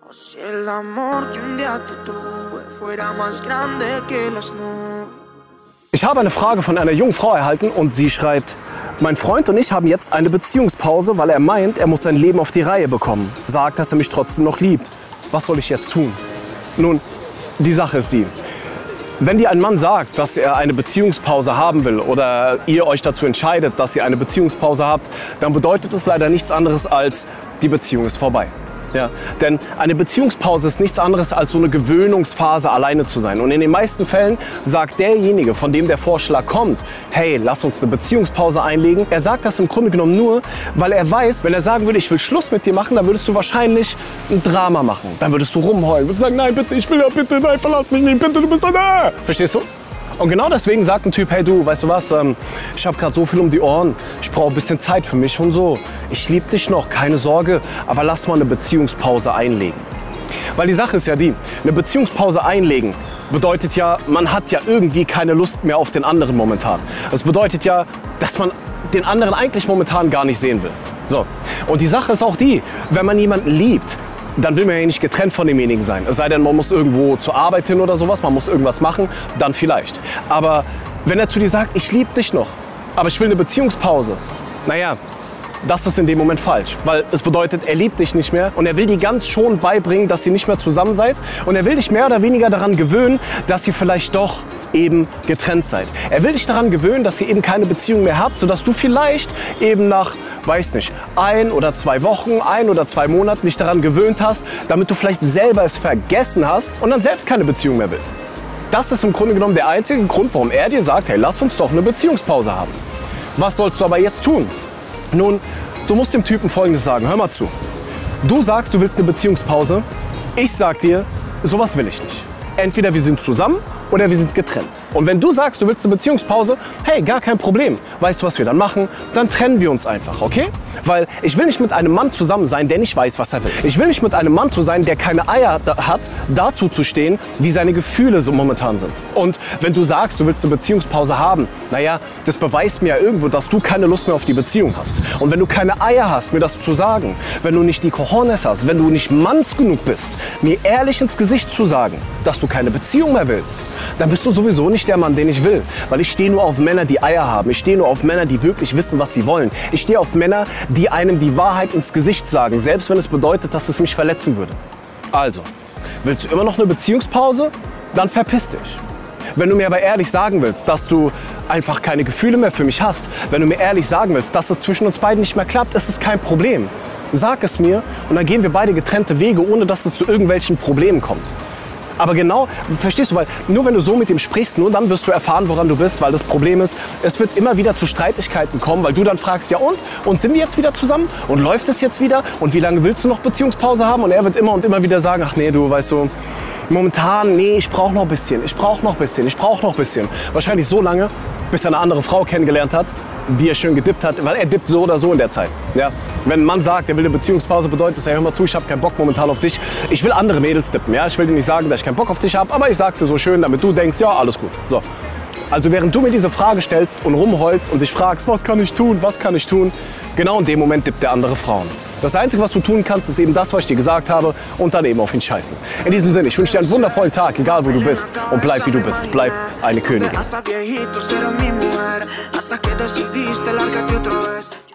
Si el amor que un día te tuve fuera más grande que las nubes. Ich habe eine Frage von einer jungen Frau erhalten und sie schreibt: Mein Freund und ich haben jetzt eine Beziehungspause, weil er meint, er muss sein Leben auf die Reihe bekommen. Sagt, dass er mich trotzdem noch liebt. Was soll ich jetzt tun? Nun, die Sache ist die: Wenn dir ein Mann sagt, dass er eine Beziehungspause haben will oder ihr euch dazu entscheidet, dass ihr eine Beziehungspause habt, dann bedeutet es leider nichts anderes als, die Beziehung ist vorbei. Ja, denn eine Beziehungspause ist nichts anderes als so eine Gewöhnungsphase, alleine zu sein. Und in den meisten Fällen sagt derjenige, von dem der Vorschlag kommt, hey, lass uns eine Beziehungspause einlegen, er sagt das im Grunde genommen nur, weil er weiß, wenn er sagen würde, ich will Schluss mit dir machen, dann würdest du wahrscheinlich ein Drama machen. Dann würdest du rumheulen, würdest sagen, nein, bitte, ich will ja bitte, nein, verlass mich nicht, bitte, du bist da. Verstehst du? Und genau deswegen sagt ein Typ, hey du, weißt du was, ich habe gerade so viel um die Ohren, ich brauche ein bisschen Zeit für mich und so. Ich liebe dich noch, keine Sorge, aber lass mal eine Beziehungspause einlegen. Weil die Sache ist ja die, eine Beziehungspause einlegen bedeutet ja, man hat ja irgendwie keine Lust mehr auf den anderen momentan. Das bedeutet ja, dass man den anderen eigentlich momentan gar nicht sehen will. So. Und die Sache ist auch die, wenn man jemanden liebt, dann will man ja nicht getrennt von demjenigen sein. Es sei denn, man muss irgendwo zur Arbeit hin oder sowas, man muss irgendwas machen, dann vielleicht. Aber wenn er zu dir sagt, ich liebe dich noch, aber ich will eine Beziehungspause, naja, das ist in dem Moment falsch. Weil es bedeutet, er liebt dich nicht mehr und er will dir ganz schon beibringen, dass ihr nicht mehr zusammen seid. Und er will dich mehr oder weniger daran gewöhnen, dass ihr vielleicht doch eben getrennt seid. Er will dich daran gewöhnen, dass ihr eben keine Beziehung mehr habt, sodass du vielleicht eben nach, weiß nicht, 1 oder 2 Wochen, 1 oder 2 Monaten dich daran gewöhnt hast, damit du vielleicht selber es vergessen hast und dann selbst keine Beziehung mehr willst. Das ist im Grunde genommen der einzige Grund, warum er dir sagt, hey, lass uns doch eine Beziehungspause haben. Was sollst du aber jetzt tun? Nun, du musst dem Typen Folgendes sagen, hör mal zu. Du sagst, du willst eine Beziehungspause, ich sag dir, sowas will ich nicht. Entweder wir sind zusammen oder wir sind getrennt. Und wenn du sagst, du willst eine Beziehungspause, hey, gar kein Problem. Weißt du, was wir dann machen? Dann trennen wir uns einfach, okay? Weil ich will nicht mit einem Mann zusammen sein, der nicht weiß, was er will. Ich will nicht mit einem Mann zusammen sein, der keine Eier hat, dazu zu stehen, wie seine Gefühle so momentan sind. Und wenn du sagst, du willst eine Beziehungspause haben, naja, das beweist mir ja irgendwo, dass du keine Lust mehr auf die Beziehung hast. Und wenn du keine Eier hast, mir das zu sagen, wenn du nicht die Cojones hast, wenn du nicht manns genug bist, mir ehrlich ins Gesicht zu sagen, dass du keine Beziehung mehr willst, dann bist du sowieso nicht der Mann, den ich will. Weil ich stehe nur auf Männer, die Eier haben. Ich stehe nur auf Männer, die wirklich wissen, was sie wollen. Ich stehe auf Männer, die einem die Wahrheit ins Gesicht sagen, selbst wenn es bedeutet, dass es mich verletzen würde. Also, willst du immer noch eine Beziehungspause? Dann verpiss dich. Wenn du mir aber ehrlich sagen willst, dass du einfach keine Gefühle mehr für mich hast, wenn du mir ehrlich sagen willst, dass es zwischen uns beiden nicht mehr klappt, ist es kein Problem. Sag es mir und dann gehen wir beide getrennte Wege, ohne dass es zu irgendwelchen Problemen kommt. Aber genau, verstehst du, weil nur wenn du so mit ihm sprichst, nur dann wirst du erfahren, woran du bist, weil das Problem ist, es wird immer wieder zu Streitigkeiten kommen, weil du dann fragst, ja und sind wir jetzt wieder zusammen und läuft es jetzt wieder und wie lange willst du noch Beziehungspause haben? Und er wird immer und immer wieder sagen, ach nee, du weißt du, momentan, nee, ich brauche noch ein bisschen, ich brauche noch ein bisschen, ich brauche noch ein bisschen. Wahrscheinlich so lange, bis er eine andere Frau kennengelernt hat, die er schön gedippt hat, weil er dippt so oder so in der Zeit. Ja? Wenn ein Mann sagt, er will eine Beziehungspause, bedeutet das, hey, hör mal zu, ich habe keinen Bock momentan auf dich. Ich will andere Mädels dippen. Ja? Ich will dir nicht sagen, dass ich keinen Bock auf dich habe, aber ich sag's dir so schön, damit du denkst, ja, alles gut. So. Also während du mir diese Frage stellst und rumheulst und dich fragst, was kann ich tun, was kann ich tun, genau in dem Moment dippt der andere Frauen. Das Einzige, was du tun kannst, ist eben das, was ich dir gesagt habe und dann eben auf ihn scheißen. In diesem Sinne, ich wünsche dir einen wundervollen Tag, egal wo du bist und bleib wie du bist. Bleib eine Königin.